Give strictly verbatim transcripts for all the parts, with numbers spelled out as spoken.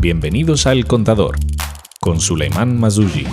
Bienvenidos a El Contador, con Suleiman Mazouji.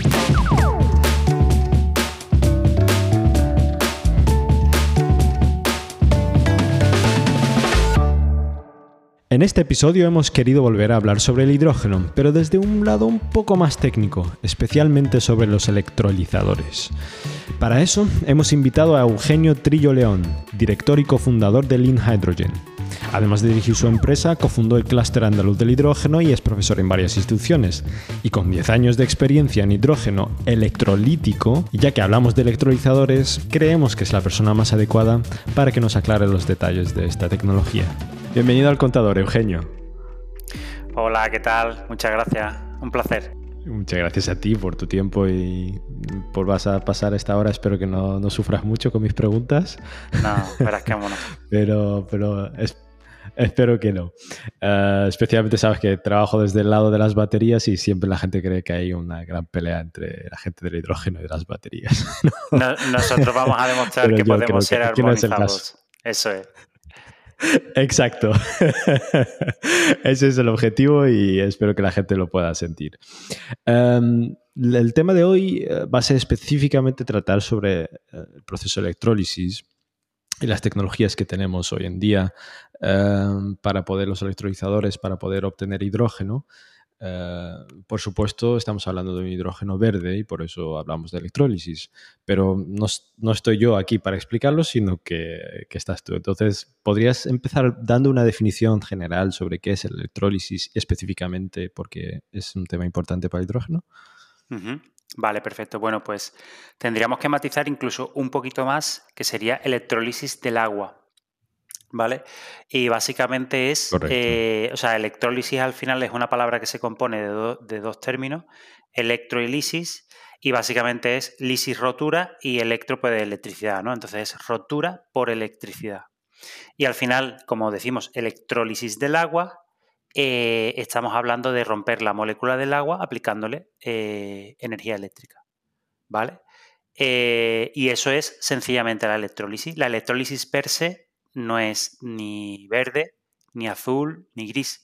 En este episodio hemos querido volver a hablar sobre el hidrógeno, pero desde un lado un poco más técnico, especialmente sobre los electrolizadores. Para eso hemos invitado a Eugenio Trillo León, director y cofundador de Lean Hydrogen. Además de dirigir su empresa, cofundó el Clúster Andaluz del Hidrógeno y es profesor en varias instituciones. Y con diez años de experiencia en hidrógeno electrolítico, y ya que hablamos de electrolizadores, creemos que es la persona más adecuada para que nos aclare los detalles de esta tecnología. Bienvenido al Contador, Eugenio. Hola, ¿qué tal? Muchas gracias. Un placer. Muchas gracias a ti por tu tiempo y por vas a pasar esta hora. Espero que no, no sufras mucho con mis preguntas. No, verás que mono. pero pero es, espero que no. Uh, especialmente sabes que trabajo desde el lado de las baterías y siempre la gente cree que hay una gran pelea entre la gente del hidrógeno y de las baterías. No, nosotros vamos a demostrar pero que podemos ser que, que no es el armonizados. caso. Eso es. Exacto. Ese es el objetivo y espero que la gente lo pueda sentir. Um, el tema de hoy va a ser específicamente tratar sobre el proceso de electrólisis y las tecnologías que tenemos hoy en día um, para poder, los electrolizadores, para poder obtener hidrógeno. Uh, por supuesto, estamos hablando de un hidrógeno verde y por eso hablamos de electrólisis, pero no, no estoy yo aquí para explicarlo, sino que, que estás tú. Entonces, ¿podrías empezar dando una definición general sobre qué es el electrólisis específicamente porque es un tema importante para el hidrógeno? Uh-huh. Vale, perfecto. Bueno, pues tendríamos que matizar incluso un poquito más, que sería electrólisis del agua. ¿Vale? Y básicamente es, eh, o sea, electrólisis al final es una palabra que se compone de, do, de dos términos, electro y lisis, y básicamente es lisis rotura y electro pues electricidad, ¿no? Entonces es rotura por electricidad. Y al final, como decimos, electrólisis del agua, eh, estamos hablando de romper la molécula del agua aplicándole eh, energía eléctrica, ¿vale? Eh, y eso es sencillamente la electrólisis. La electrólisis per se no es ni verde, ni azul, ni gris.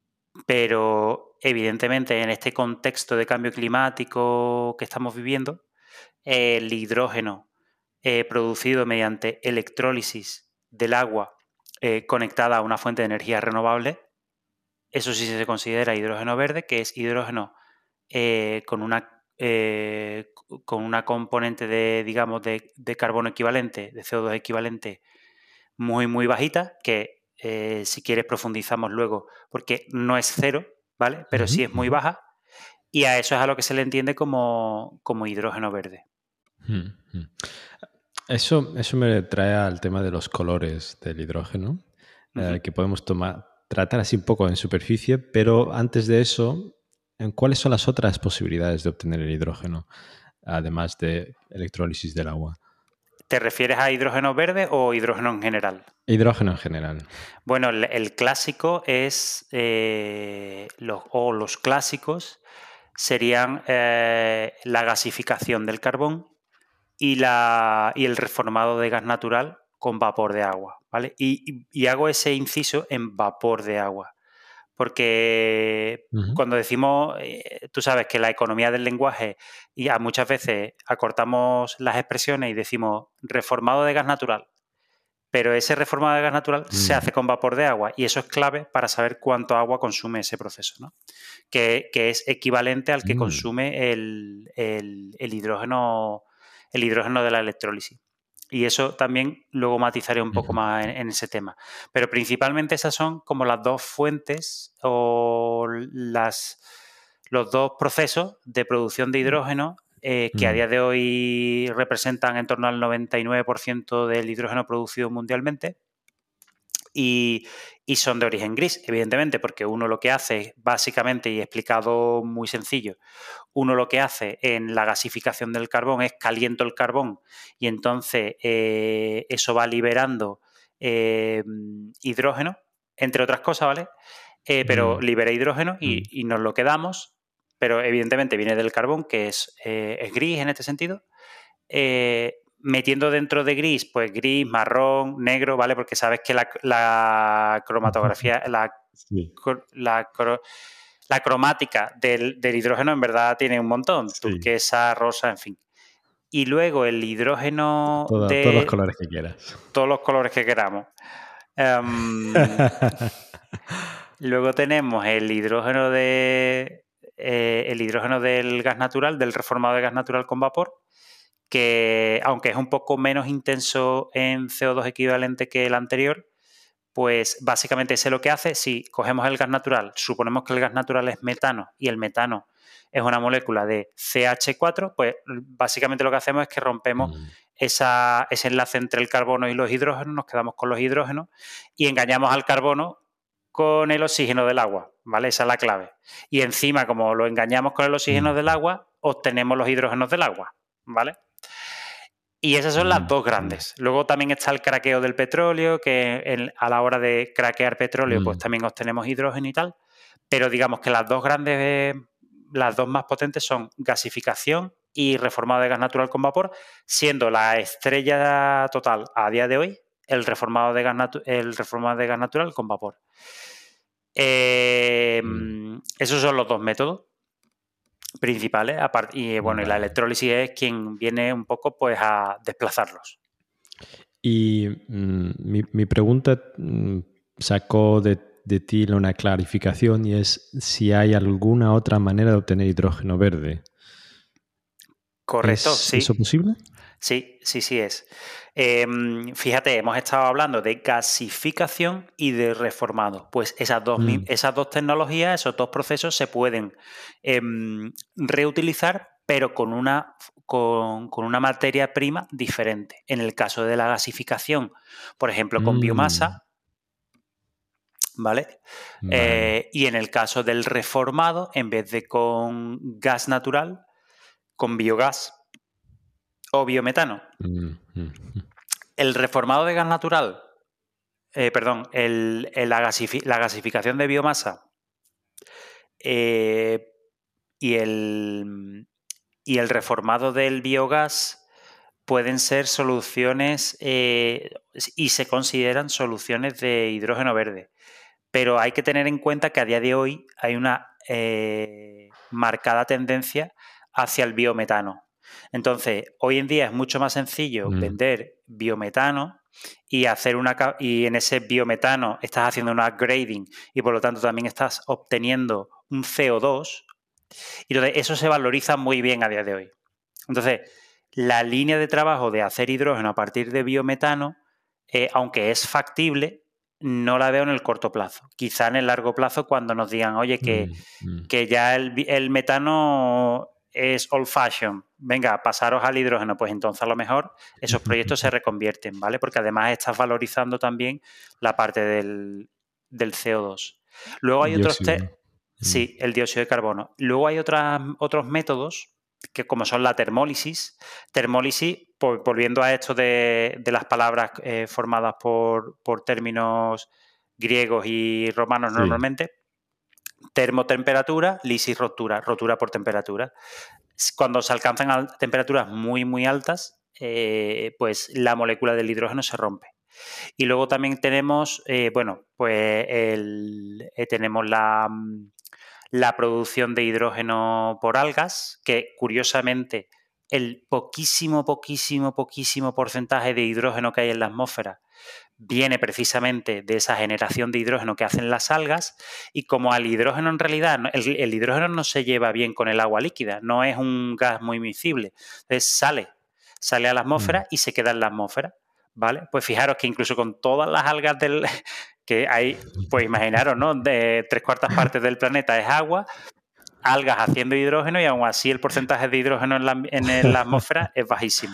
Pero evidentemente en este contexto de cambio climático que estamos viviendo, el hidrógeno eh, producido mediante electrólisis del agua eh, conectada a una fuente de energía renovable, eso sí se considera hidrógeno verde, que es hidrógeno eh, con una eh, con una componente de, digamos, de, de carbono equivalente, de C O dos equivalente, muy, muy bajita, que eh, si quieres profundizamos luego, porque no es cero, ¿vale? Pero uh-huh, sí es muy uh-huh. baja, y a eso es a lo que se le entiende como, como hidrógeno verde. Uh-huh. Eso, eso me trae al tema de los colores del hidrógeno, uh-huh. eh, que podemos tomar, tratar así un poco en superficie, pero antes de eso, ¿cuáles son las otras posibilidades de obtener el hidrógeno, además de electrólisis del agua? ¿Te refieres a hidrógeno verde o hidrógeno en general? Hidrógeno en general. Bueno, el, el clásico es, eh, los, o los clásicos serían eh, la gasificación del carbón y, la, y el reformado de gas natural con vapor de agua, ¿vale? Y, y, y hago ese inciso en vapor de agua, porque uh-huh. cuando decimos, eh, tú sabes que la economía del lenguaje, y a muchas veces acortamos las expresiones y decimos reformado de gas natural, pero ese reformado de gas natural uh-huh. se hace con vapor de agua y eso es clave para saber cuánto agua consume ese proceso, ¿no? Que, que es equivalente al que uh-huh. consume el, el, el hidrógeno el hidrógeno de la electrólisis. Y eso también luego matizaré un poco uh-huh. más en, en ese tema. Pero principalmente esas son como las dos fuentes o las, los dos procesos de producción de hidrógeno eh, que uh-huh. a día de hoy representan en torno al noventa y nueve por ciento del hidrógeno producido mundialmente. Y, y son de origen gris, evidentemente, porque uno lo que hace, básicamente, y explicado muy sencillo, uno lo que hace en la gasificación del carbón es caliento el carbón y entonces eh, eso va liberando eh, hidrógeno, entre otras cosas, ¿vale? Eh, pero mm. libera hidrógeno y, mm. y nos lo quedamos, pero evidentemente viene del carbón, que es, eh, es gris en este sentido. Eh, metiendo dentro de gris, pues gris, marrón, negro, ¿vale? Porque sabes que la, la cromatografía, la, sí. la, la cromática del, del hidrógeno en verdad tiene un montón, Sí. turquesa, rosa, en fin. Y luego el hidrógeno Todo, de... Todos los colores que quieras. Todos los colores que queramos. Um, luego tenemos el hidrógeno de eh, el hidrógeno del gas natural, del reformado de gas natural con vapor, que aunque es un poco menos intenso en C O dos equivalente que el anterior, pues básicamente ese lo que hace, si cogemos el gas natural, suponemos que el gas natural es metano y el metano es una molécula de C H cuatro, pues básicamente lo que hacemos es que rompemos mm. esa, ese enlace entre el carbono y los hidrógenos, nos quedamos con los hidrógenos y engañamos al carbono con el oxígeno del agua, ¿vale? Esa es la clave. Y encima, como lo engañamos con el oxígeno mm. del agua, obtenemos los hidrógenos del agua, ¿vale? Y esas son las dos grandes. Luego también está el craqueo del petróleo, que en, a la hora de craquear petróleo, mm. pues también obtenemos hidrógeno y tal. Pero digamos que las dos grandes, las dos más potentes son gasificación y reformado de gas natural con vapor, siendo la estrella total a día de hoy el reformado de gas, natu- el reformado de gas natural con vapor. Eh, mm. Esos son los dos métodos principales, y bueno, vale. y la electrólisis es quien viene un poco pues a desplazarlos. Y mmm, mi, mi pregunta mmm, sacó de, de ti una clarificación y es si hay alguna otra manera de obtener hidrógeno verde. Correcto, ¿Es sí. ¿Eso posible? Sí, sí, sí es. Eh, fíjate, hemos estado hablando de gasificación y de reformado. Pues esas dos, mm. esas dos tecnologías, esos dos procesos se pueden eh, reutilizar, pero con una, con, con una materia prima diferente. En el caso de la gasificación, por ejemplo, con mm. biomasa, ¿vale? vale. Eh, y en el caso del reformado, en vez de con gas natural, con biogás o biometano. Mm-hmm. El reformado de gas natural, eh, perdón, el, el, la, gasifi la gasificación de biomasa eh, y, el, y el reformado del biogás pueden ser soluciones eh, y se consideran soluciones de hidrógeno verde. Pero hay que tener en cuenta que a día de hoy hay una eh, marcada tendencia hacia el biometano. Entonces, hoy en día es mucho más sencillo mm. vender biometano y hacer una y en ese biometano estás haciendo un upgrading y por lo tanto también estás obteniendo un C O dos y entonces eso se valoriza muy bien a día de hoy. Entonces, la línea de trabajo de hacer hidrógeno a partir de biometano, eh, aunque es factible, no la veo en el corto plazo. Quizá en el largo plazo cuando nos digan, oye, que, mm. que ya el, el metano es old fashion, venga, pasaros al hidrógeno, pues entonces a lo mejor esos proyectos se reconvierten, ¿vale? Porque además estás valorizando también la parte del, del C O dos. Luego hay dióxido. otros... Sí, el dióxido de carbono. Luego hay otras, otros métodos que como son la termólisis. Termólisis, pues, volviendo a esto de, de las palabras eh, formadas por, por términos griegos y romanos sí. normalmente, termotemperatura, lisis rotura, rotura por temperatura. Cuando se alcanzan a temperaturas muy, muy altas, eh, pues la molécula del hidrógeno se rompe. Y luego también tenemos, eh, bueno, pues el, eh, tenemos la, la producción de hidrógeno por algas, que curiosamente el poquísimo, poquísimo, poquísimo porcentaje de hidrógeno que hay en la atmósfera viene precisamente de esa generación de hidrógeno que hacen las algas y como al hidrógeno en realidad, el, el hidrógeno no se lleva bien con el agua líquida, no es un gas muy miscible, entonces sale, sale a la atmósfera mm. y se queda en la atmósfera, ¿vale? Pues fijaros que incluso con todas las algas del, que hay, pues imaginaros, ¿no? De tres cuartas partes del planeta es agua, algas haciendo hidrógeno y aún así el porcentaje de hidrógeno en la, en la atmósfera es bajísimo.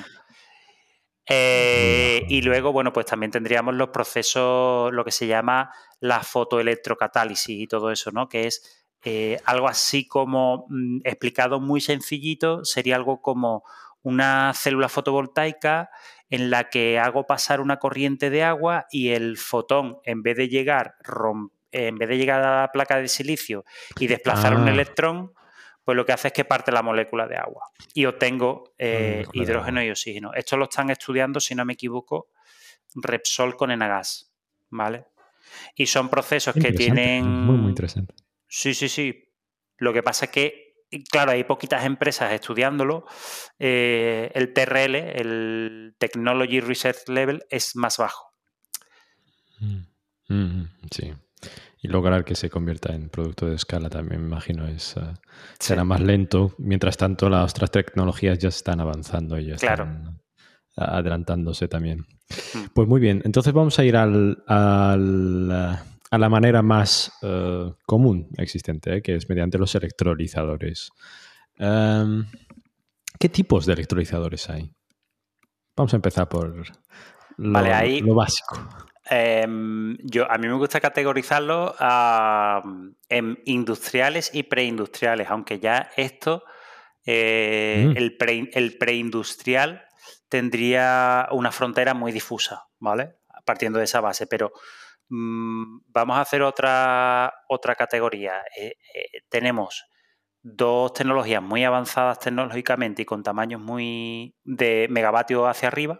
Eh, y luego, bueno, pues también tendríamos los procesos, lo que se llama la fotoelectrocatálisis y todo eso, ¿no? Que es eh, algo así como, mmm, explicado muy sencillito, sería algo como una célula fotovoltaica en la que hago pasar una corriente de agua y el fotón, en vez de llegar, romp, en vez de llegar a la placa de silicio y desplazar ah. un electrón, pues lo que hace es que parte la molécula de agua y obtengo eh, hidrógeno y oxígeno. Esto lo están estudiando, si no me equivoco, Repsol con Enagas, ¿vale? Y son procesos que tienen... Muy, muy interesante. Sí, sí, sí. Lo que pasa es que, claro, hay poquitas empresas estudiándolo. Eh, el T R L, el Technology Research Level, es más bajo. Mm, mm, sí. Y lograr que se convierta en producto de escala también, me imagino, es, uh, será Sí. más lento. Mientras tanto, las otras tecnologías ya están avanzando y ya Claro. están adelantándose también. Mm. Pues muy bien, entonces vamos a ir al, al, a la manera más uh, común existente, ¿eh? Que es mediante los electrolizadores. Um, ¿Qué tipos de electrolizadores hay? Vamos a empezar por lo, Vale, ahí, lo básico. Eh, yo, a mí me gusta categorizarlo uh, en industriales y preindustriales, aunque ya esto, eh, Mm. el, pre, el preindustrial tendría una frontera muy difusa, ¿vale? Partiendo de esa base, pero mmm, vamos a hacer otra, otra categoría. Eh, eh, tenemos dos tecnologías muy avanzadas tecnológicamente y con tamaños muy de megavatios hacia arriba.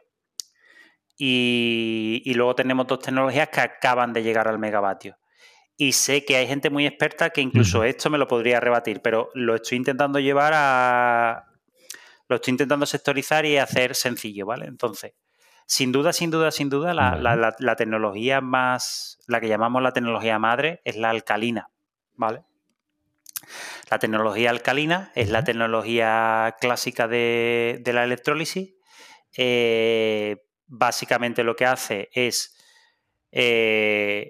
Y, y luego tenemos dos tecnologías que acaban de llegar al megavatio. Y sé que hay gente muy experta que incluso uh-huh. esto me lo podría rebatir, pero lo estoy intentando llevar a... Lo estoy intentando sectorizar y hacer sencillo, ¿vale? Entonces, sin duda, sin duda, sin duda, la, vale. la, la, la tecnología más... La que llamamos la tecnología madre es la alcalina, ¿vale? La tecnología alcalina es uh-huh. la tecnología clásica de, de la electrólisis. Eh, básicamente lo que hace es eh,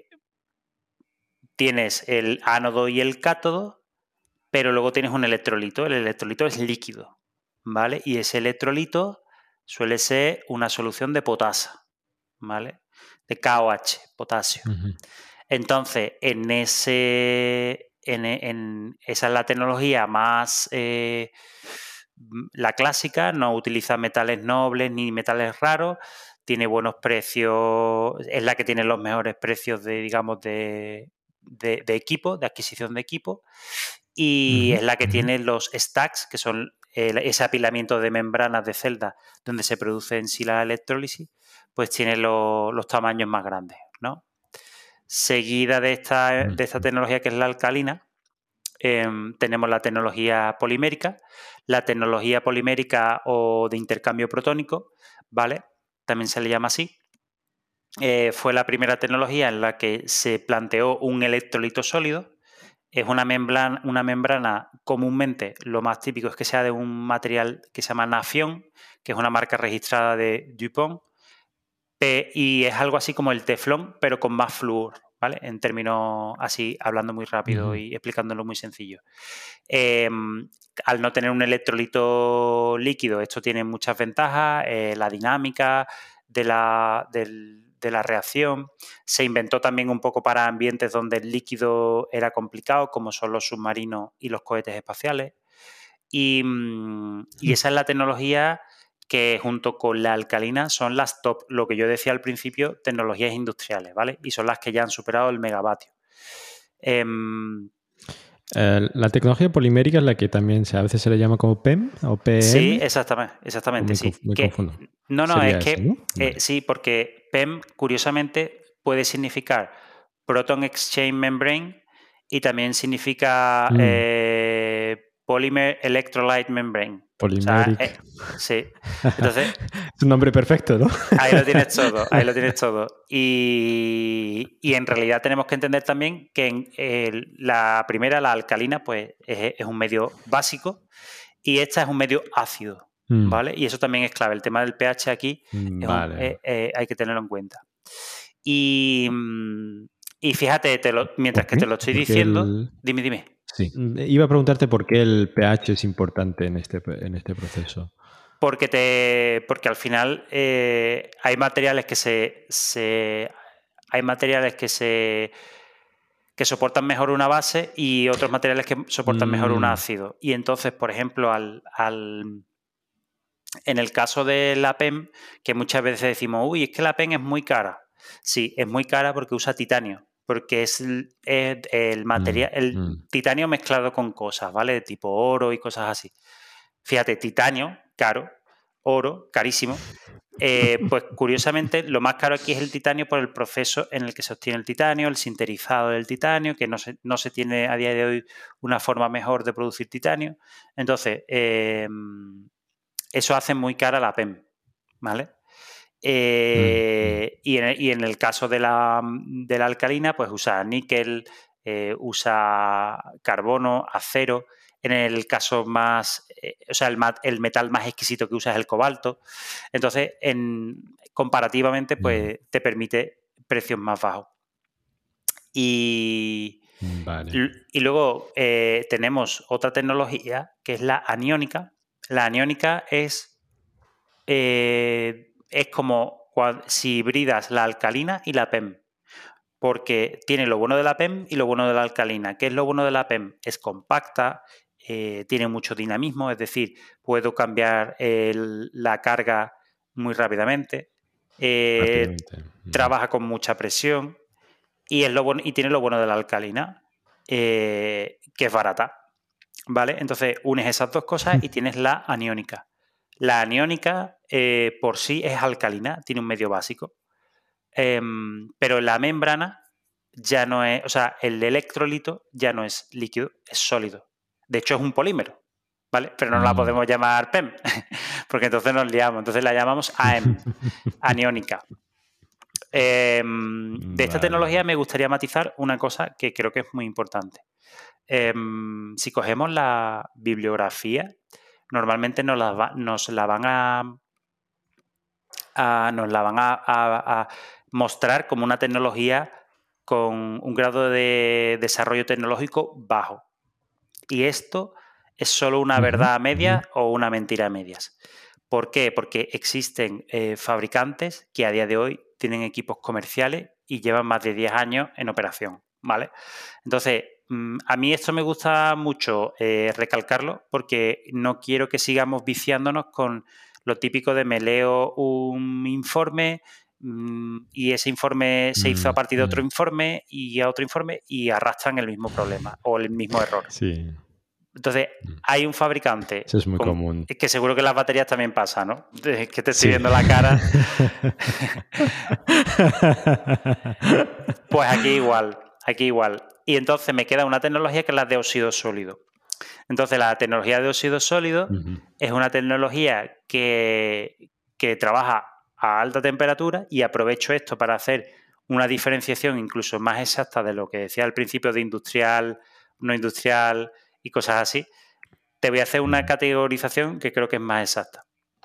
tienes el ánodo y el cátodo, pero luego tienes un electrolito. El electrolito es líquido, ¿vale? Y ese electrolito suele ser una solución de potasa, ¿vale? De K O H, potasio. Uh-huh. Entonces, en ese en, en, esa es la tecnología más eh, la clásica, no utiliza metales nobles ni metales raros, tiene buenos precios, es la que tiene los mejores precios de, digamos, de, de, de equipo, de adquisición de equipo, y uh-huh, es la que uh-huh. tiene los stacks, que son el, ese apilamiento de membranas de celdas donde se produce en sí la electrólisis, pues tiene lo, los tamaños más grandes, ¿no? Seguida de esta, de esta tecnología que es la alcalina, eh, tenemos la tecnología polimérica, la tecnología polimérica o de intercambio protónico, ¿vale? También se le llama así. Eh, fue la primera tecnología en la que se planteó un electrolito sólido. Es una membrana, una membrana comúnmente, lo más típico es que sea de un material que se llama Nafion, que es una marca registrada de DuPont, eh, y es algo así como el teflón, pero con más flúor, ¿vale? En términos así, hablando muy rápido uh-huh. y explicándolo muy sencillo. Eh, al no tener un electrolito líquido, esto tiene muchas ventajas, eh, la dinámica de la, del, de la reacción. Se inventó también un poco para ambientes donde el líquido era complicado, como son los submarinos y los cohetes espaciales. Y, y esa es la tecnología que junto con la alcalina son las top, lo que yo decía al principio, tecnologías industriales, ¿vale? Y son las que ya han superado el megavatio. Eh, Uh, la tecnología polimérica es la que también se, a veces se le llama como P E M o P M. Sí, exactamente, exactamente. Me, sí. me que, confundo. No, no, es ese, que ¿no? eh, vale. sí, porque P E M, curiosamente, puede significar Proton Exchange Membrane y también significa mm. eh, Polymer Electrolyte Membrane. Polymeric. O sea, eh, sí. Entonces, es un nombre perfecto, ¿no? Ahí lo tienes todo, ahí lo tienes todo. Y, y en realidad tenemos que entender también que en, eh, la primera, la alcalina, pues es, es, un medio básico y esta es un medio ácido, mm. ¿vale? Y eso también es clave. El tema del pH aquí vale. es un, eh, eh, hay que tenerlo en cuenta. Y, y fíjate, te lo, mientras que te lo estoy Porque diciendo, el... dime, dime. Sí, iba a preguntarte por qué el pH es importante en este, en este proceso. Porque, te, porque al final eh, hay materiales que se, se hay materiales que se que soportan mejor una base y otros materiales que soportan mm. mejor un ácido. Y entonces, por ejemplo, al, al en el caso de la P E M, que muchas veces decimos, uy, es que la P E M es muy cara. Sí, es muy cara porque usa titanio, porque es el, el material, mm. el mm. titanio mezclado con cosas, ¿vale? De tipo oro y cosas así. Fíjate, titanio, caro, oro, carísimo. Eh, pues curiosamente, lo más caro aquí es el titanio por el proceso en el que se obtiene el titanio, el sinterizado del titanio, que no se, no se tiene a día de hoy una forma mejor de producir titanio. Entonces, eh, eso hace muy cara la P E M, ¿vale? Eh, mm. y, en el, y en el caso de la, de la alcalina, pues usa níquel, eh, usa carbono, acero. En el caso más, eh, o sea, el, el metal más exquisito que usa es el cobalto. Entonces, en, comparativamente, pues te permite precios más bajos. Y, vale. y, y luego eh, tenemos otra tecnología que es la aniónica. La aniónica es, eh, es como cuando, si hibridas la alcalina y la P E M. Porque tiene lo bueno de la P E M y lo bueno de la alcalina. ¿Qué es lo bueno de la P E M? Es compacta, eh, tiene mucho dinamismo, es decir, puedo cambiar el, la carga muy rápidamente, eh, rápidamente. Trabaja con mucha presión y, es lo bueno, y tiene lo bueno de la alcalina, eh, que es barata, ¿vale? Entonces unes esas dos cosas y tienes la aniónica. La aniónica eh, por sí es alcalina, tiene un medio básico. Eh, pero la membrana ya no es, o sea, el electrolito ya no es líquido, es sólido. De hecho, es un polímero, ¿vale? Pero no mm. la podemos llamar P E M, porque entonces nos liamos. Entonces la llamamos A M, aniónica. Eh, de esta vale. tecnología me gustaría matizar una cosa que creo que es muy importante. Eh, si cogemos la bibliografía, normalmente nos la, va, nos la van a, a nos la van a, a, a mostrar como una tecnología con un grado de desarrollo tecnológico bajo. Y esto es solo una uh-huh, verdad a medias uh-huh. o una mentira a medias. ¿Por qué? Porque existen eh, fabricantes que a día de hoy tienen equipos comerciales y llevan más de diez años en operación, ¿vale? Entonces, mmm, a mí esto me gusta mucho eh, recalcarlo porque no quiero que sigamos viciándonos con lo típico de me leo un informe mmm, y ese informe se hizo a partir de otro informe y a otro informe y arrastran el mismo problema o el mismo error. Sí. Entonces, hay un fabricante... Eso es muy con, común. Es que seguro que en las baterías también pasa, ¿no? Es que te estoy sí. viendo la cara. Pues aquí igual, aquí igual. Y entonces me queda una tecnología que es la de óxido sólido. Entonces, la tecnología de óxido sólido uh-huh. es una tecnología que, que trabaja a alta temperatura y aprovecho esto para hacer una diferenciación incluso más exacta de lo que decía al principio de industrial, no industrial y cosas así. Te voy a hacer una categorización que creo que es más exacta.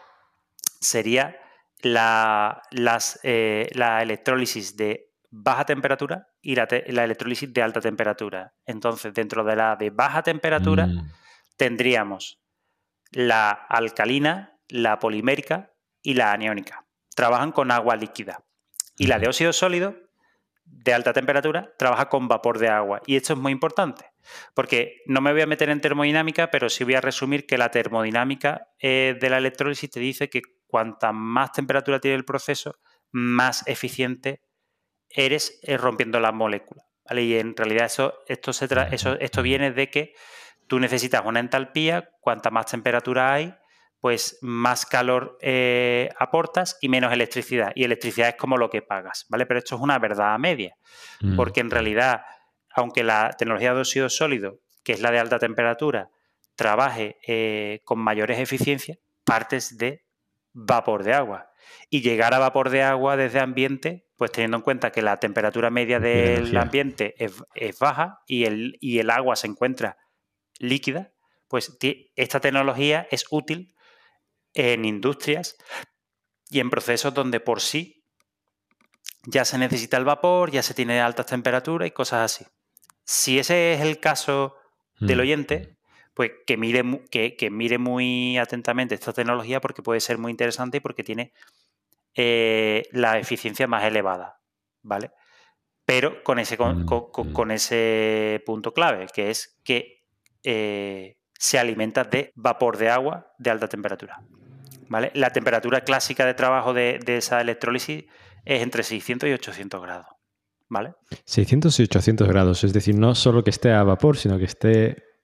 Sería la, las, eh, la electrólisis de baja temperatura y la, te, la electrólisis de alta temperatura. Entonces, dentro de la de baja temperatura mm. tendríamos la alcalina, la polimérica y la aniónica. Trabajan con agua líquida. Y mm. la de óxido sólido, de alta temperatura, trabaja con vapor de agua. Y esto es muy importante, porque no me voy a meter en termodinámica, pero sí voy a resumir que la termodinámica eh, de la electrólisis te dice que cuanta más temperatura tiene el proceso, más eficiente eres eh, rompiendo las moléculas, ¿vale? Y en realidad eso, esto, se tra- eso, esto viene de que tú necesitas una entalpía, cuanta más temperatura hay, pues más calor eh, aportas y menos electricidad. Y electricidad es como lo que pagas, ¿vale? Pero esto es una verdad a media, mm. porque en realidad, aunque la tecnología de óxido sólido, que es la de alta temperatura, trabaje eh, con mayores eficiencias, partes de vapor de agua. Y llegar a vapor de agua desde ambiente, pues teniendo en cuenta que la temperatura media del ambiente es, es baja y el, y el agua se encuentra líquida, pues esta tecnología es útil en industrias y en procesos donde por sí ya se necesita el vapor, ya se tiene altas temperaturas y cosas así. Si ese es el caso del oyente, pues que mire, que, que mire muy atentamente esta tecnología porque puede ser muy interesante y porque tiene eh, la eficiencia más elevada, ¿vale? Pero con ese, con, con, con ese punto clave, que es que eh, se alimenta de vapor de agua de alta temperatura, ¿vale? La temperatura clásica de trabajo de, de esa electrólisis es entre seiscientos y ochocientos grados, ¿vale? seiscientos y ochocientos grados, es decir, no solo que esté a vapor, sino que esté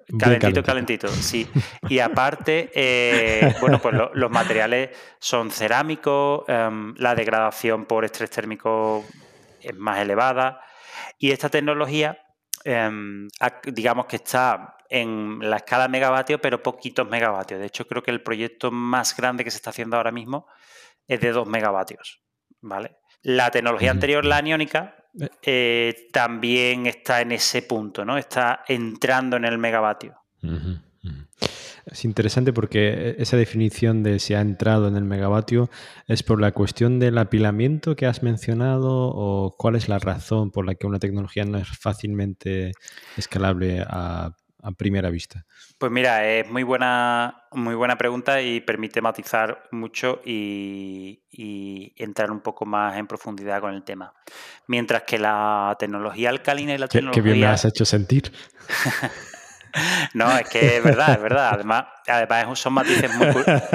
Calentito, calentito, sí. Y aparte, eh, bueno, pues lo, los materiales son cerámicos, um, la degradación por estrés térmico es más elevada. Y esta tecnología, um, digamos que está en la escala megavatios, pero poquitos megavatios. De hecho, creo que el proyecto más grande que se está haciendo ahora mismo es de dos megavatios, ¿vale? La tecnología anterior, la aniónica, eh, también está en ese punto, ¿no? Está entrando en el megavatio. Uh-huh, uh-huh. Es interesante porque esa definición de si ha entrado en el megavatio es por la cuestión del apilamiento que has mencionado, o cuál es la razón por la que una tecnología no es fácilmente escalable a, a primera vista. Pues mira, es muy buena, muy buena pregunta y permite matizar mucho y, y entrar un poco más en profundidad con el tema. Mientras que la tecnología alcalina y la Qué, tecnología... qué bien me has hecho sentir. No, es que es verdad, es verdad. Además, además son matices muy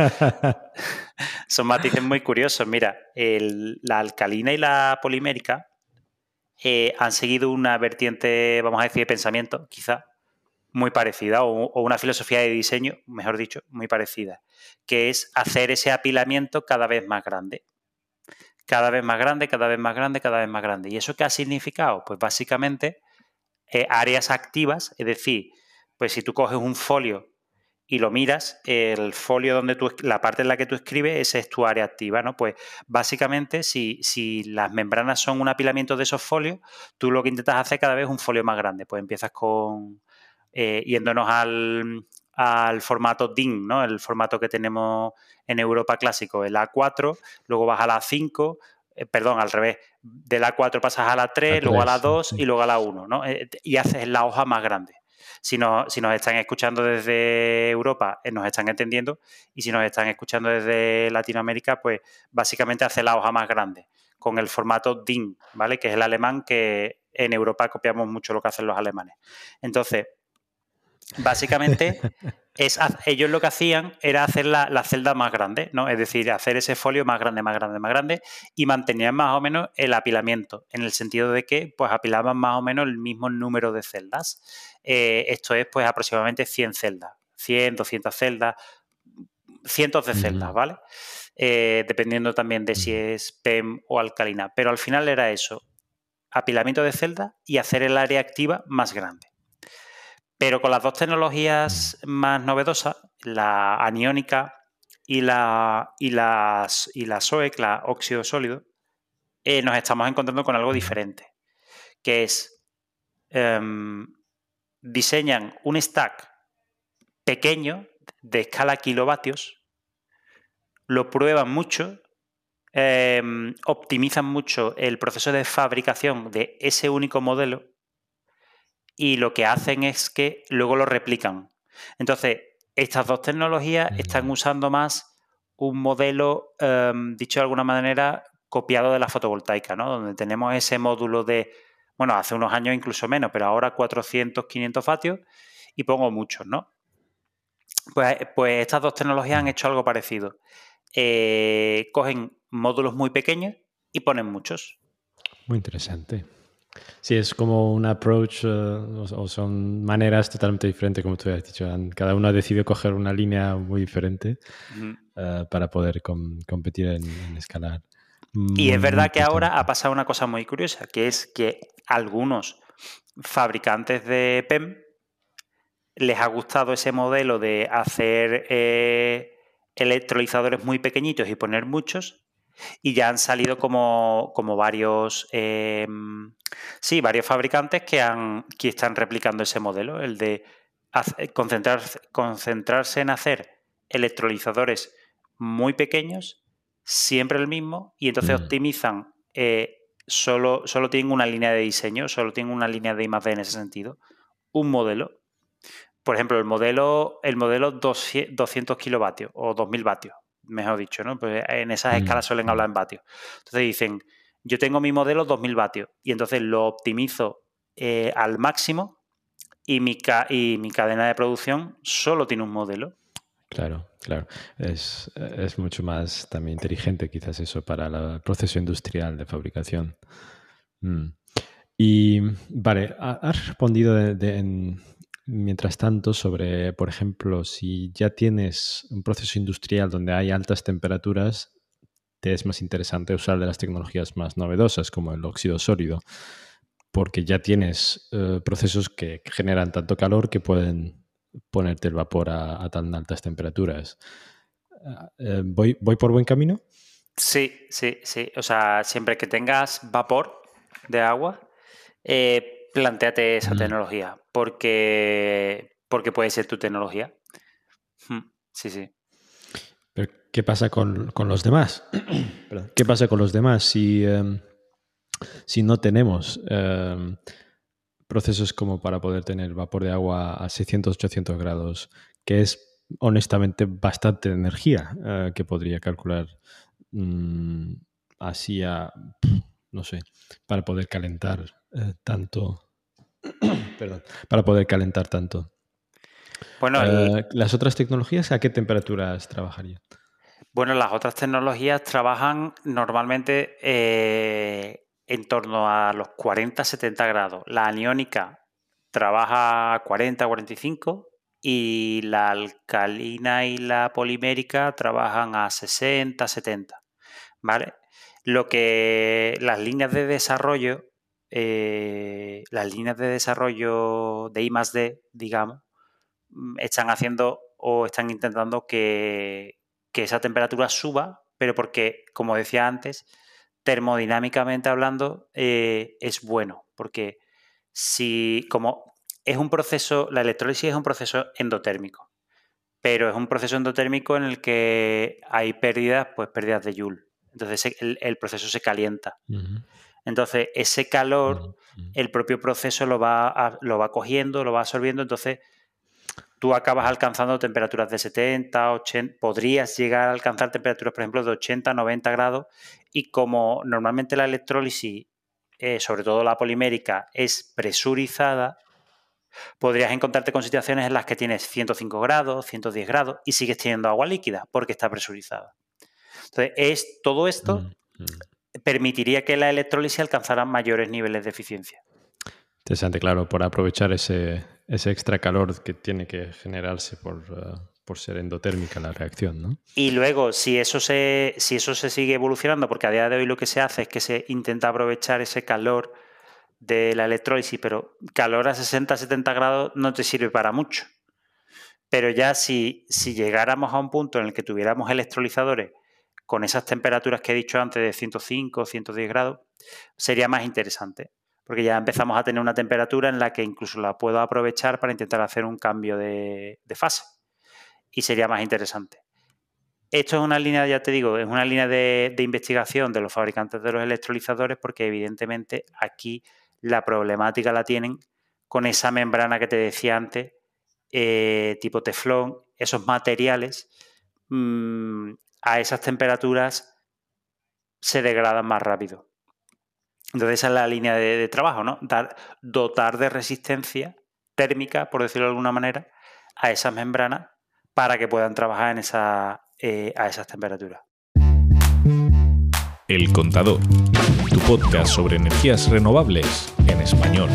son matices muy curiosos. Mira, el, la alcalina y la polimérica eh, han seguido una vertiente, vamos a decir, de pensamiento, quizá, muy parecida, o, o una filosofía de diseño, mejor dicho, muy parecida, que es hacer ese apilamiento cada vez más grande. Cada vez más grande, cada vez más grande, cada vez más grande. ¿Y eso qué ha significado? Pues básicamente eh, áreas activas, es decir, pues si tú coges un folio y lo miras, el folio donde tú, la parte en la que tú escribes, esa es tu área activa, ¿no? Pues básicamente, si, si las membranas son un apilamiento de esos folios, tú lo que intentas hacer cada vez es un folio más grande. Pues empiezas con, eh, yéndonos al, al formato D I N, ¿no? El formato que tenemos en Europa clásico, el A cuatro, luego vas a la A cinco, eh, perdón, al revés, de la A cuatro pasas a la tres, luego a la dos sí. Y luego a la uno, ¿no? Eh, y haces la hoja más grande. Si nos, si nos están escuchando desde Europa, eh, nos están entendiendo, y si nos están escuchando desde Latinoamérica, pues básicamente hace la hoja más grande, con el formato D I N, ¿vale? Que es el alemán, que en Europa copiamos mucho lo que hacen los alemanes. Entonces, básicamente, es, ellos lo que hacían era hacer la, la celda más grande, ¿no? Es decir, hacer ese folio más grande, más grande, más grande, y mantenían más o menos el apilamiento, en el sentido de que pues apilaban más o menos el mismo número de celdas. Eh, esto es pues aproximadamente cien celdas, cien, doscientas celdas, cientos de celdas, uh-huh. ¿Vale? Eh, dependiendo también de si es P E M o alcalina. Pero al final era eso, apilamiento de celdas y hacer el área activa más grande. Pero con las dos tecnologías más novedosas, la aniónica y la, y las, y la S O E C, la óxido sólido, eh, nos estamos encontrando con algo diferente, que es, eh, diseñan un stack pequeño de escala kilovatios, lo prueban mucho, eh, optimizan mucho el proceso de fabricación de ese único modelo, y lo que hacen es que luego lo replican. Entonces, estas dos tecnologías mm. están usando más un modelo, eh, dicho de alguna manera, copiado de la fotovoltaica, ¿no? Donde tenemos ese módulo de, bueno, hace unos años incluso menos, pero ahora cuatrocientos, quinientos vatios, y pongo muchos, ¿no? Pues, pues estas dos tecnologías han hecho algo parecido. Eh, cogen módulos muy pequeños y ponen muchos. Muy interesante. Sí, es como un approach, uh, o, o son maneras totalmente diferentes, como tú has dicho. Cada uno ha decidido coger una línea muy diferente uh-huh. uh, para poder com- competir en, en escalar. Y es verdad que ahora ha pasado una cosa muy curiosa, que es que algunos fabricantes de P E M les ha gustado ese modelo de hacer eh, electrolizadores muy pequeñitos y poner muchos, y ya han salido como, como varios eh, sí, varios fabricantes que, han, que están replicando ese modelo, el de hacer, concentrarse, concentrarse en hacer electrolizadores muy pequeños, siempre el mismo, y entonces mm. optimizan, eh, solo, solo tienen una línea de diseño, solo tienen una línea de I más D en ese sentido, un modelo. Por ejemplo, el modelo, el modelo doscientos kilovatios o dos mil vatios, mejor dicho, ¿no? Pues en esas mm. escalas suelen hablar en vatios. Entonces dicen, yo tengo mi modelo dos mil vatios y entonces lo optimizo eh, al máximo y mi, ca- y mi cadena de producción solo tiene un modelo. Claro, claro. Es, es mucho más también inteligente quizás eso para el proceso industrial de fabricación. Mm. Y vale, has respondido de, de, en, mientras tanto, sobre, por ejemplo, si ya tienes un proceso industrial donde hay altas temperaturas, te es más interesante usar de las tecnologías más novedosas, como el óxido sólido, porque ya tienes eh, procesos que generan tanto calor que pueden ponerte el vapor a, a tan altas temperaturas. Eh, ¿voy, ¿Voy por buen camino? Sí, sí, sí. O sea, siempre que tengas vapor de agua, eh, plantéate esa Mm. tecnología, porque, porque puede ser tu tecnología. Hmm, Sí, sí. Pero, ¿qué pasa con, con los demás? Perdón. ¿Qué pasa con los demás si, eh, si no tenemos eh, procesos como para poder tener vapor de agua a seiscientos, ochocientos grados, que es honestamente bastante energía eh, que podría calcular mmm, así a, no sé, para poder calentar eh, tanto, perdón, para poder calentar tanto? Bueno, el- Eh, ¿las otras tecnologías a qué temperaturas trabajarían? bueno, las otras tecnologías trabajan normalmente eh, en torno a los cuarenta, setenta grados. La aniónica trabaja a cuarenta, cuarenta y cinco y la alcalina y la polimérica trabajan a sesenta, setenta. ¿Vale? Lo que las líneas de desarrollo, eh, las líneas de desarrollo de I más D, digamos, están haciendo o están intentando que, que esa temperatura suba, pero porque, como decía antes, termodinámicamente hablando, eh, es bueno, porque si como es un proceso, la electrólisis es un proceso endotérmico, pero es un proceso endotérmico en el que hay pérdidas, pues pérdidas de Joule. Entonces el, el proceso se calienta. Uh-huh. Entonces ese calor, Uh-huh. el propio proceso lo va, a, lo va cogiendo, lo va absorbiendo, entonces tú acabas alcanzando temperaturas de setenta, ochenta, podrías llegar a alcanzar temperaturas, por ejemplo, de ochenta, noventa grados, y como normalmente la electrólisis, eh, sobre todo la polimérica, es presurizada, podrías encontrarte con situaciones en las que tienes ciento cinco grados, ciento diez grados y sigues teniendo agua líquida porque está presurizada. Entonces, es, todo esto Uh-huh. permitiría que la electrólisis alcanzara mayores niveles de eficiencia. Interesante, claro, por aprovechar ese, ese extra calor que tiene que generarse por, uh, por ser endotérmica la reacción, ¿no? Y luego, si eso, se, si eso se sigue evolucionando, porque a día de hoy lo que se hace es que se intenta aprovechar ese calor de la electrólisis, pero calor a sesenta, setenta grados no te sirve para mucho. Pero ya si, si llegáramos a un punto en el que tuviéramos electrolizadores con esas temperaturas que he dicho antes de ciento cinco, ciento diez grados, sería más interesante, porque ya empezamos a tener una temperatura en la que incluso la puedo aprovechar para intentar hacer un cambio de, de fase y sería más interesante. Esto es una línea, ya te digo, es una línea de, de investigación de los fabricantes de los electrolizadores porque evidentemente aquí la problemática la tienen con esa membrana que te decía antes, eh, tipo teflón, esos materiales mmm, a esas temperaturas se degradan más rápido. Entonces esa es la línea de, de trabajo, ¿no? Dar, dotar de resistencia térmica, por decirlo de alguna manera, a esas membranas para que puedan trabajar en esa, eh, a esas temperaturas. El Contador, tu podcast sobre energías renovables en español.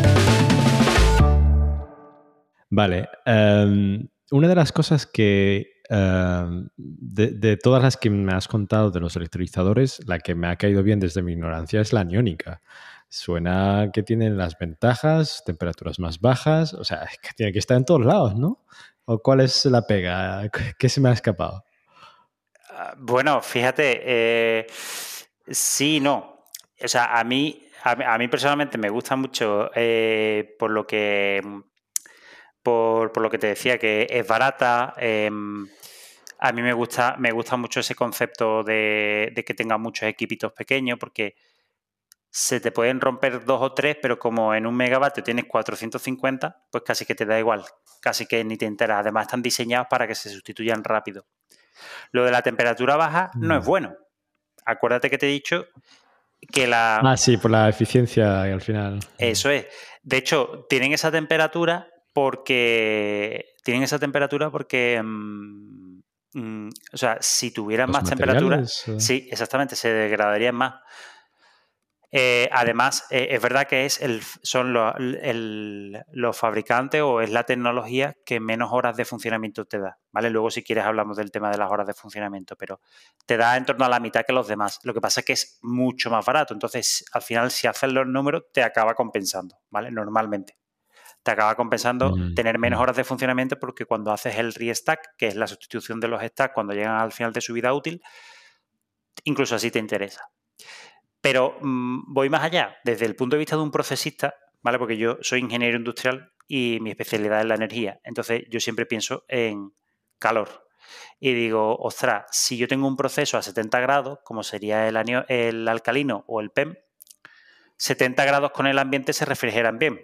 Vale. Um, una de las cosas que, uh, de, de todas las que me has contado de los electrolizadores, la que me ha caído bien desde mi ignorancia es la aniónica. Suena que tienen las ventajas, temperaturas más bajas, o sea, que tiene que estar en todos lados, ¿no? ¿O cuál es la pega? ¿Qué se me ha escapado? Bueno, fíjate, eh, sí, no. O sea, a mí, a, a mí personalmente me gusta mucho eh, por lo que por, por, lo que te decía, que es barata. Eh, a mí me gusta, me gusta mucho ese concepto de, de que tenga muchos equipitos pequeños, porque se te pueden romper dos o tres, pero como en un megavatio tienes cuatrocientos cincuenta, pues casi que te da igual, casi que ni te enteras. Además están diseñados para que se sustituyan rápido. Lo de la temperatura baja no es bueno. Acuérdate que te he dicho que la... Ah, sí, por la eficiencia y al final... Eso es. De hecho, tienen esa temperatura porque... Tienen esa temperatura porque... Mmm, mmm, o sea, si tuvieran ¿Los más temperatura... materiales? Uh... Sí, exactamente, se degradarían más. Eh, además, eh, es verdad que es el, son lo, el, los fabricantes o es la tecnología que menos horas de funcionamiento te da, ¿vale? Luego, si quieres, hablamos del tema de las horas de funcionamiento, pero te da en torno a la mitad que los demás. Lo que pasa es que es mucho más barato. Entonces, al final, si haces los números, te acaba compensando, ¿vale? Normalmente. Te acaba compensando mm, tener menos horas de funcionamiento porque cuando haces el restack, que es la sustitución de los stacks cuando llegan al final de su vida útil, incluso así te interesa. Pero mmm, voy más allá, desde el punto de vista de un procesista, ¿vale? Porque yo soy ingeniero industrial y mi especialidad es la energía. Entonces, yo siempre pienso en calor. Y digo, ostras, si yo tengo un proceso a setenta grados, como sería el, anio, el alcalino o el P E M, setenta grados con el ambiente se refrigeran bien.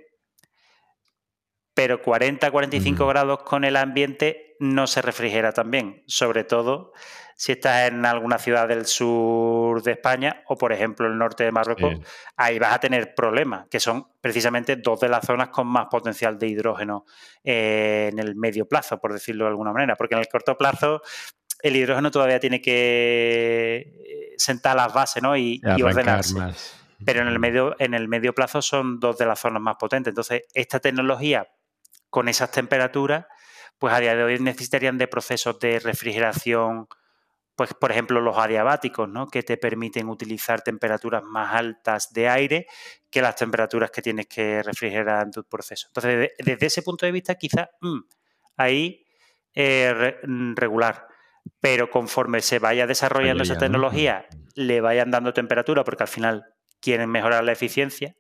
Pero cuarenta a cuarenta y cinco mm. grados con el ambiente no se refrigera tan bien. Sobre todo si estás en alguna ciudad del sur de España o, por ejemplo, el norte de Marruecos, sí. Ahí vas a tener problemas, que son precisamente dos de las zonas con más potencial de hidrógeno eh, en el medio plazo, por decirlo de alguna manera. Porque en el corto plazo el hidrógeno todavía tiene que sentar las bases, ¿no? y, y ordenarse. Más. Pero en el, medio, en el medio plazo son dos de las zonas más potentes. Entonces, esta tecnología con esas temperaturas, pues a día de hoy necesitarían de procesos de refrigeración, pues por ejemplo los adiabáticos, ¿no? Que te permiten utilizar temperaturas más altas de aire que las temperaturas que tienes que refrigerar en tu proceso. Entonces, de, desde ese punto de vista, quizás mmm, ahí eh, re, regular. Pero conforme se vaya desarrollando esa tecnología, ¿no? Le vayan dando temperatura, porque al final quieren mejorar la eficiencia,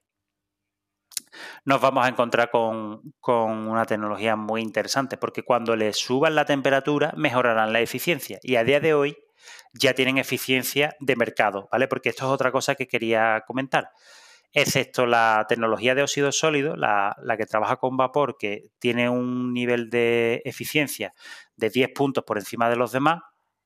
nos vamos a encontrar con, con una tecnología muy interesante, porque cuando le suban la temperatura, mejorarán la eficiencia. Y a día de hoy ya tienen eficiencia de mercado, ¿vale? Porque esto es otra cosa que quería comentar. Excepto la tecnología de óxido sólido, la, la que trabaja con vapor, que tiene un nivel de eficiencia de diez puntos por encima de los demás,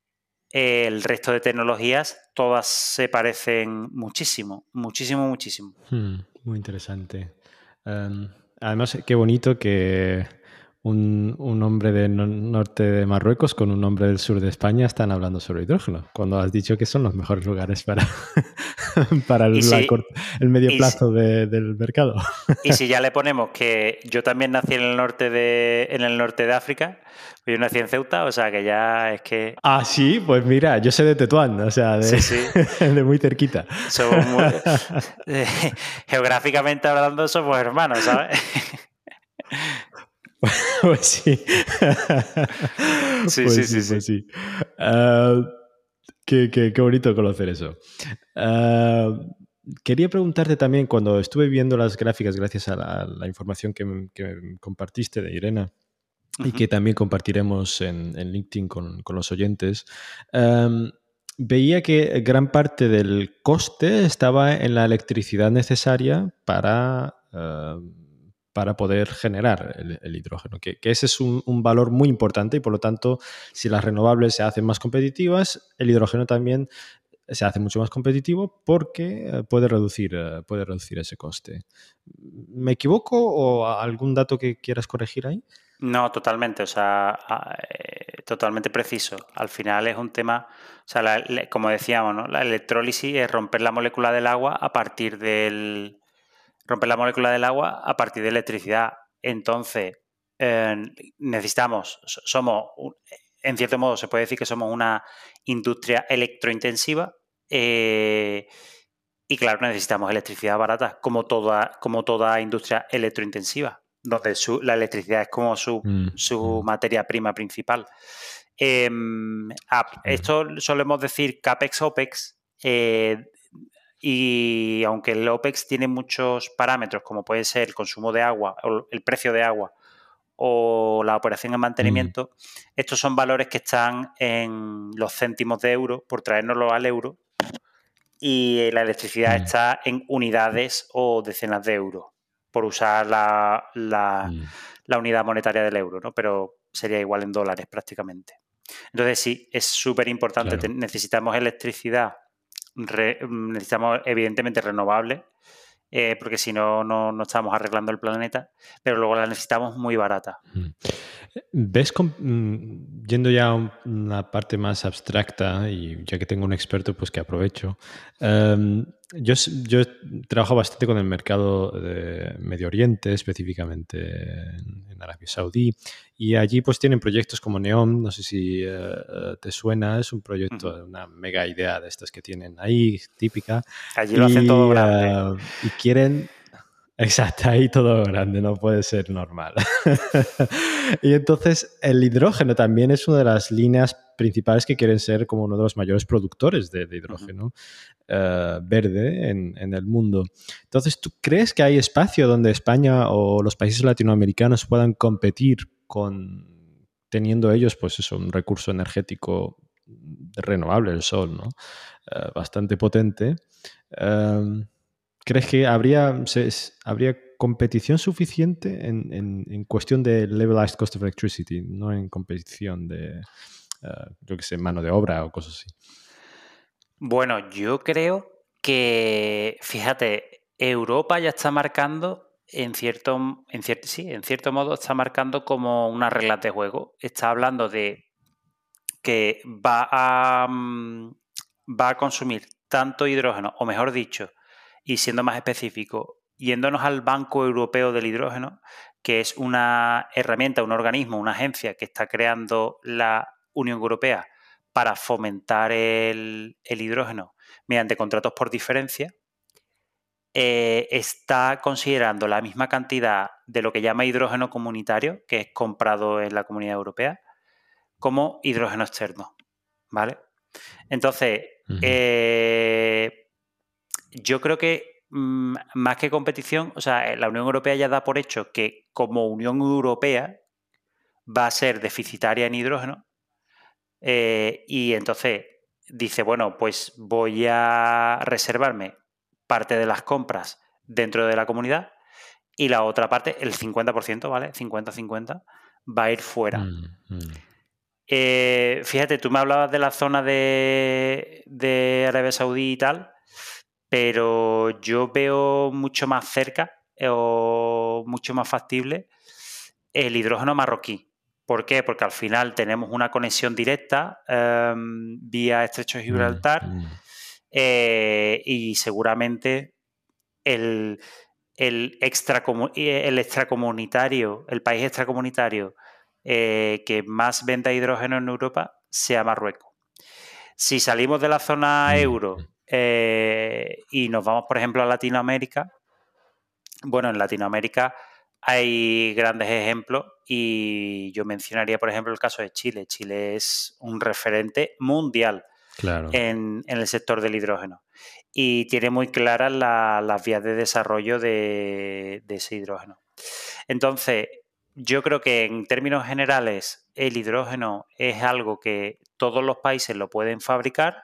el resto de tecnologías todas se parecen muchísimo, muchísimo, muchísimo. Hmm, muy interesante. Um, además, qué bonito que un, un hombre del no, norte de Marruecos con un hombre del sur de España están hablando sobre hidrógeno, cuando has dicho que son los mejores lugares para, para el, si, la, el medio plazo si, de, del mercado. Y si ya le ponemos que yo también nací en el norte de, en el norte de África, yo nací en Ceuta, o sea que ya es que... Ah, sí, pues mira, yo soy de Tetuán, o sea, de, sí, sí. de muy cerquita. Somos muy, eh, geográficamente hablando somos hermanos, ¿sabes? Pues sí. Sí, pues sí, sí, sí, pues sí. sí. Uh, qué, qué, qué bonito conocer eso. Uh, quería preguntarte también, cuando estuve viendo las gráficas, gracias a la, la información que, que compartiste de Irena, uh-huh. y que también compartiremos en, en LinkedIn con, con los oyentes, um, veía que gran parte del coste estaba en la electricidad necesaria para... Uh, para poder generar el, el hidrógeno, que, que ese es un, un valor muy importante y por lo tanto, si las renovables se hacen más competitivas, el hidrógeno también se hace mucho más competitivo porque puede reducir, puede reducir ese coste. ¿Me equivoco o algún dato que quieras corregir ahí? No, totalmente, o sea, eh, totalmente preciso. Al final es un tema, o sea, la, la, como decíamos, ¿no? La electrólisis es romper la molécula del agua a partir del... romper la molécula del agua a partir de electricidad. Entonces, eh, necesitamos, somos, en cierto modo se puede decir que somos una industria electrointensiva eh, y claro, necesitamos electricidad barata, como toda, como toda industria electrointensiva, donde su, la electricidad es como su, mm, su mm. materia prima principal. Eh, a, esto solemos decir CAPEX, OPEX, eh, y aunque el OPEX tiene muchos parámetros, como puede ser el consumo de agua, o el precio de agua o la operación en mantenimiento, mm. estos son valores que están en los céntimos de euro, por traérnoslo al euro, y la electricidad mm. está en unidades o decenas de euros, por usar la, la, mm. la unidad monetaria del euro, ¿no? Pero sería igual en dólares prácticamente. Entonces sí, es súper importante, claro. Necesitamos electricidad. Re, necesitamos evidentemente renovables eh, porque si no, no, no estamos arreglando el planeta, pero luego la necesitamos muy barata. ¿Ves, com- mm, yendo ya a una parte más abstracta, y ya que tengo un experto, pues que aprovecho? em, yo, s- yo trabajo bastante con el mercado de Medio Oriente, específicamente en, en Arabia Saudí, y allí pues tienen proyectos como NEOM, no sé si eh, eh, te suena, es un proyecto, Ujú. una mega idea de estas que tienen ahí, típica, Allí lo hacen todo y, grande. eh, y quieren... Exacto, ahí todo grande, no puede ser normal. Y entonces el hidrógeno también es una de las líneas principales que quieren ser como uno de los mayores productores de, de Ujú. hidrógeno eh, verde en, en el mundo. Entonces, ¿tú crees que hay espacio donde España o los países latinoamericanos puedan competir con teniendo ellos, pues eso, un recurso energético renovable, el sol, ¿no? Eh, bastante potente. Um, ¿Crees que habría, se, habría competición suficiente en, en, en, cuestión de levelized cost of electricity, no en competición de, uh, yo qué sé, mano de obra o cosas así? Bueno, yo creo que, fíjate, Europa ya está marcando, en cierto, en cierto, sí, en cierto modo está marcando como unas reglas de juego. Está hablando de que va a, mm, va a consumir tanto hidrógeno, o mejor dicho, y siendo más específico, yéndonos al Banco Europeo del Hidrógeno, que es una herramienta, un organismo, una agencia que está creando la Unión Europea para fomentar el, el hidrógeno mediante contratos por diferencia, eh, está considerando la misma cantidad de lo que llama hidrógeno comunitario, que es comprado en la Comunidad Europea, como hidrógeno externo, ¿vale? Entonces, uh-huh. eh, yo creo que mmm, más que competición, o sea, la Unión Europea ya da por hecho que como Unión Europea va a ser deficitaria en hidrógeno, eh, y entonces dice, bueno, pues voy a reservarme parte de las compras dentro de la comunidad y la otra parte, el cincuenta por ciento, ¿vale? cincuenta cincuenta, va a ir fuera. Mm-hmm. Eh, fíjate, tú me hablabas de la zona de, de Arabia Saudí y tal, pero yo veo mucho más cerca eh, o mucho más factible el hidrógeno marroquí. ¿Por qué? Porque al final tenemos una conexión directa eh, vía Estrecho de Gibraltar mm-hmm. eh, y seguramente el, el, extracomun, el extracomunitario, el país extracomunitario eh, que más venda hidrógeno en Europa sea Marruecos. Si salimos de la zona euro eh, y nos vamos, por ejemplo, a Latinoamérica, bueno, en Latinoamérica hay grandes ejemplos y yo mencionaría, por ejemplo, el caso de Chile. Chile es un referente mundial claro. en, en el sector del hidrógeno y tiene muy claras la, las vías de desarrollo de, de ese hidrógeno. Entonces, yo creo que en términos generales el hidrógeno es algo que todos los países lo pueden fabricar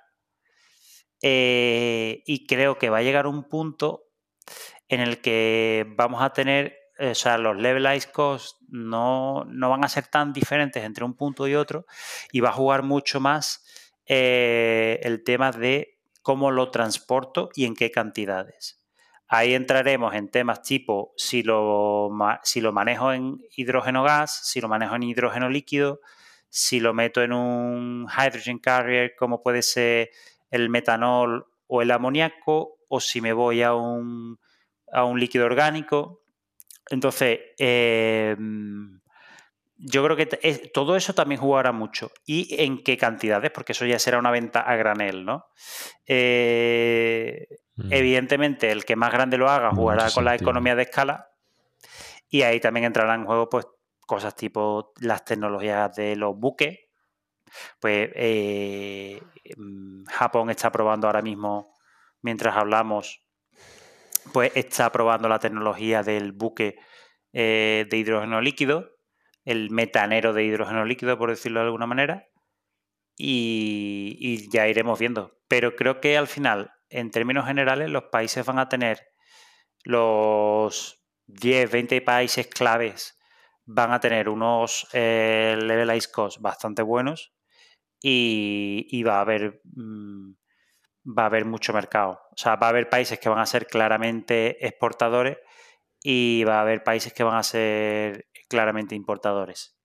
eh, y creo que va a llegar un punto en el que vamos a tener, o sea, los levelized costs no, no van a ser tan diferentes entre un punto y otro y va a jugar mucho más eh, el tema de cómo lo transporto y en qué cantidades. Ahí entraremos en temas tipo si lo, si lo manejo en hidrógeno gas, si lo manejo en hidrógeno líquido, si lo meto en un hydrogen carrier como puede ser el metanol o el amoníaco, o si me voy a un, a un líquido orgánico. Entonces, eh, yo creo que es, todo eso también jugará mucho. ¿Y en qué cantidades? Porque eso ya será una venta a granel, ¿no? Eh, mm. Evidentemente, el que más grande lo haga jugará con sentido. La economía de escala y ahí también entrarán en juego pues, cosas tipo las tecnologías de los buques. Pues eh, Japón está probando ahora mismo, mientras hablamos, pues está probando la tecnología del buque eh, de hidrógeno líquido, el metanero de hidrógeno líquido, por decirlo de alguna manera, y, y ya iremos viendo. Pero creo que al final, en términos generales, los países van a tener los diez, veinte países claves, van a tener unos eh, levelized costs bastante buenos y, y va a haber mmm, va a haber mucho mercado. O sea, va a haber países que van a ser claramente exportadores y va a haber países que van a ser claramente importadores.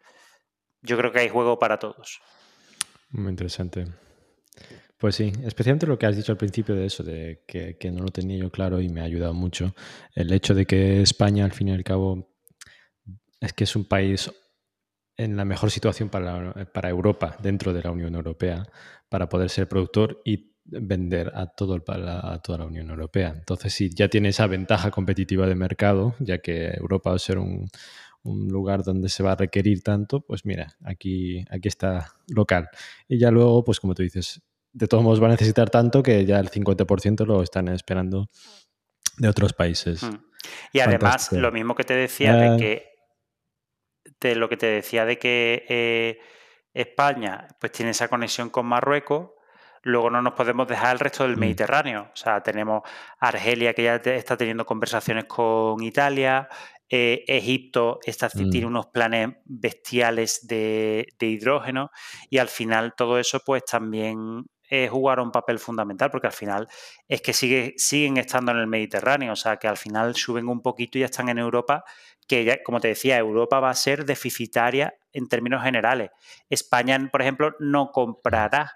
Yo creo que hay juego para todos. Muy interesante. Pues sí, especialmente lo que has dicho al principio de eso, de que, que no lo tenía yo claro y me ha ayudado mucho. El hecho de que España, al fin y al cabo, es que es un país en la mejor situación para, para Europa, dentro de la Unión Europea, para poder ser productor y vender a, todo el, a toda la Unión Europea. Entonces, si ya tiene esa ventaja competitiva de mercado, ya que Europa va a ser un, un lugar donde se va a requerir tanto, pues mira, aquí, aquí está local. Y ya luego, pues como tú dices, de todos modos va a necesitar tanto que ya el cincuenta por ciento lo están esperando de otros países. Mm. Y además, Fantástico. lo mismo que te decía uh, de que de lo que te decía de que eh, España pues tiene esa conexión con Marruecos, luego no nos podemos dejar el resto del mm. Mediterráneo. O sea, tenemos Argelia que ya te, está teniendo conversaciones con Italia, eh, Egipto está, Mm. tiene unos planes bestiales de, de hidrógeno y al final todo eso pues también eh, jugar un papel fundamental porque al final es que sigue, siguen estando en el Mediterráneo, o sea que al final suben un poquito y ya están en Europa, que ya, como te decía, Europa va a ser deficitaria en términos generales. España, por ejemplo, no comprará,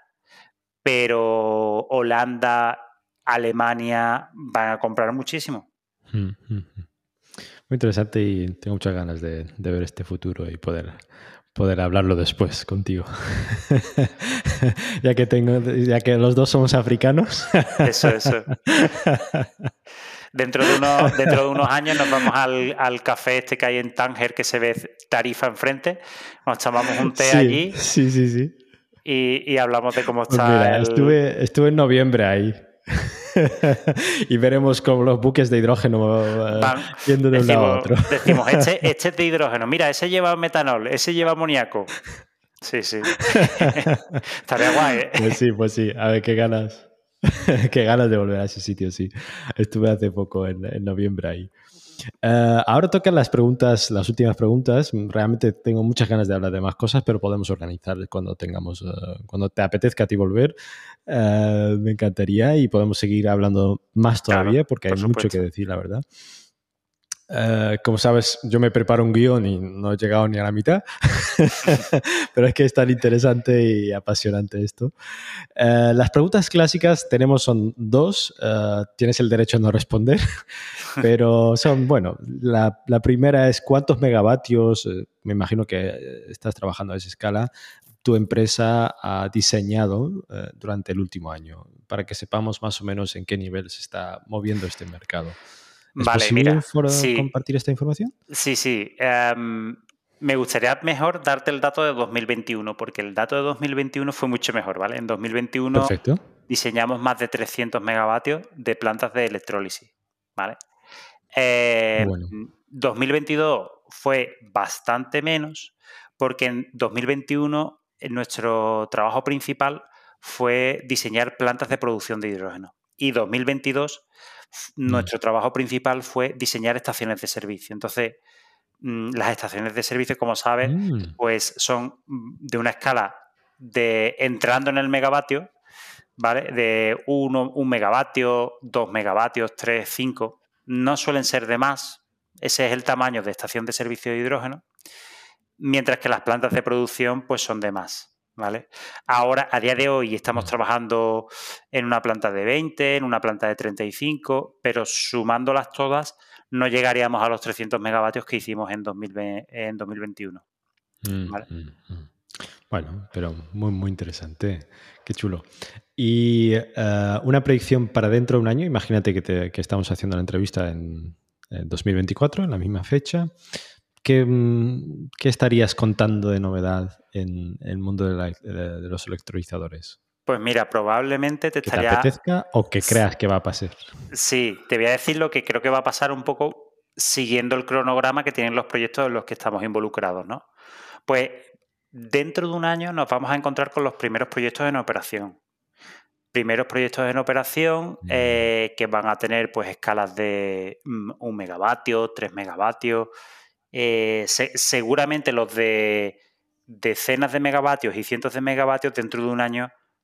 pero Holanda, Alemania van a comprar muchísimo. Mm, mm, mm. Muy interesante y tengo muchas ganas de, de ver este futuro y poder, poder hablarlo después contigo. ya que tengo, ya que los dos somos africanos. Eso, eso. Dentro de unos, dentro de unos años nos vamos al, al café este que hay en Tánger, que se ve Tarifa enfrente, nos tomamos un té sí, allí sí, sí, sí. Y, y hablamos de cómo Pues está mira, el... estuve, estuve en noviembre ahí. y veremos cómo los buques de hidrógeno Van, yendo de decimos, un lado a otro. decimos, este, este es de hidrógeno. Mira, ese lleva metanol, ese lleva amoníaco. Sí, sí. Estaría guay, ¿eh? Pues sí, pues sí. A ver, qué ganas. qué ganas de volver a ese sitio, sí. Estuve hace poco, en, en noviembre ahí. Uh, ahora tocan las preguntas, las últimas preguntas. Realmente tengo muchas ganas de hablar de más cosas, pero podemos organizar cuando tengamos, uh, cuando te apetezca a ti volver. Uh, me encantaría y podemos seguir hablando más todavía, claro, porque por hay supuesto. mucho que decir, la verdad. Uh, como sabes, yo me preparo un guión y no he llegado ni a la mitad, pero es que es tan interesante y apasionante esto. Uh, las preguntas clásicas tenemos son dos, uh, tienes el derecho a no responder, pero son, bueno, la, la primera es ¿cuántos megavatios, uh, me imagino que estás trabajando a esa escala, tu empresa ha diseñado uh, durante el último año? Para que sepamos más o menos en qué nivel se está moviendo este mercado. ¿Es vale, posible mira, for, sí, compartir esta información? Sí, sí. Um, me gustaría mejor darte el dato de dos mil veintiuno, porque el dato de dos mil veintiuno fue mucho mejor, ¿vale? En dos mil veintiuno Perfecto. diseñamos más de trescientos megavatios de plantas de electrólisis, ¿vale? Eh, Bueno. dos mil veintidós fue bastante menos, porque en dos mil veintiuno nuestro trabajo principal fue diseñar plantas de producción de hidrógeno. Y dos mil veintidós nuestro trabajo principal fue diseñar estaciones de servicio. Entonces, las estaciones de servicio, como sabes, mm. pues son de una escala de entrando en el megavatio, ¿vale? De uno, un megavatio, dos megavatios, tres, cinco. No suelen ser de más. Ese es el tamaño de estación de servicio de hidrógeno. Mientras que las plantas de producción, pues son de más. ¿Vale? Ahora, a día de hoy, estamos trabajando en una planta de veinte, en una planta de treinta y cinco, pero sumándolas todas, no llegaríamos a los trescientos megavatios que hicimos en, dos mil veinte, en dos mil veintiuno. ¿Vale? Mm, mm, mm. Bueno, pero muy, muy interesante. Qué chulo. Y uh, una predicción para dentro de un año. Imagínate que, te, que estamos haciendo la entrevista en, en dos mil veinticuatro, en la misma fecha. ¿Qué, ¿Qué estarías contando de novedad en el mundo de, la, de, de los electrolizadores? Pues mira, probablemente te ¿Que estaría... te apetezca o que creas que va a pasar? Sí, te voy a decir lo que creo que va a pasar un poco siguiendo el cronograma que tienen los proyectos en los que estamos involucrados, ¿no? Pues dentro de un año nos vamos a encontrar con los primeros proyectos en operación. Primeros proyectos en operación eh, que van a tener pues escalas de un megavatio, tres megavatios. Eh, se, seguramente los de decenas de megavatios y cientos de megavatios dentro de un año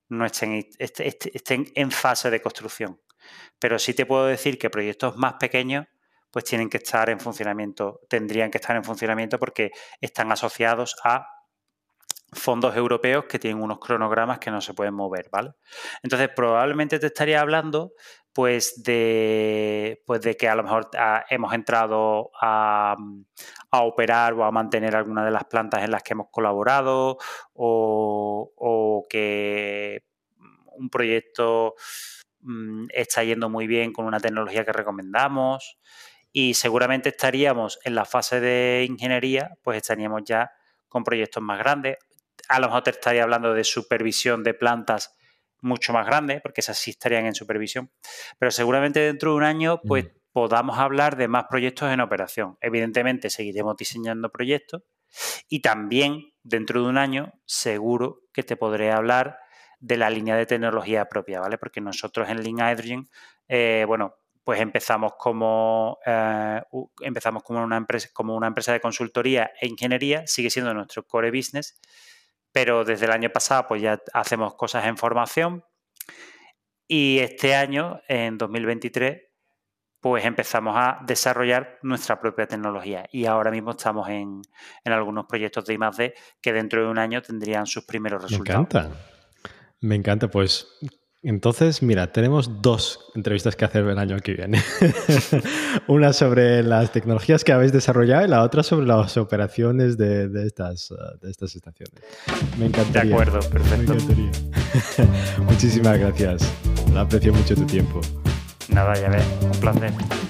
no estén, est, est, estén en fase de construcción. Pero sí te puedo decir que proyectos más pequeños pues tienen que estar en funcionamiento, tendrían que estar en funcionamiento porque están asociados a fondos europeos que tienen unos cronogramas que no se pueden mover, ¿vale? Entonces, probablemente te estaría hablando pues de, pues de que a lo mejor a, hemos entrado a, a operar o a mantener alguna de las plantas en las que hemos colaborado o, o que un proyecto mmm, está yendo muy bien con una tecnología que recomendamos y seguramente estaríamos en la fase de ingeniería, pues estaríamos ya con proyectos más grandes. A lo mejor te estaría hablando de supervisión de plantas mucho más grandes, porque esas sí estarían en supervisión. Pero seguramente dentro de un año, pues, mm. podamos hablar de más proyectos en operación. Evidentemente, seguiremos diseñando proyectos y también, dentro de un año, seguro que te podré hablar de la línea de tecnología propia, ¿vale? Porque nosotros en Lean Hydrogen, eh, bueno, pues empezamos como eh, empezamos como una empresa, como una empresa de consultoría e ingeniería, sigue siendo nuestro core business, pero desde el año pasado pues ya hacemos cosas en formación y este año, en dos mil veintitrés, pues empezamos a desarrollar nuestra propia tecnología y ahora mismo estamos en, en algunos proyectos de I más D que dentro de un año tendrían sus primeros resultados. Me encanta, me encanta, pues entonces, mira, tenemos dos entrevistas que hacer el año que viene. Una sobre las tecnologías que habéis desarrollado y la otra sobre las operaciones de, de, estas, de estas estaciones. Me encantaría. De acuerdo, perfecto. Me encantaría. Muchísimas gracias. Aprecio mucho tu tiempo. Nada, ya ves, un placer.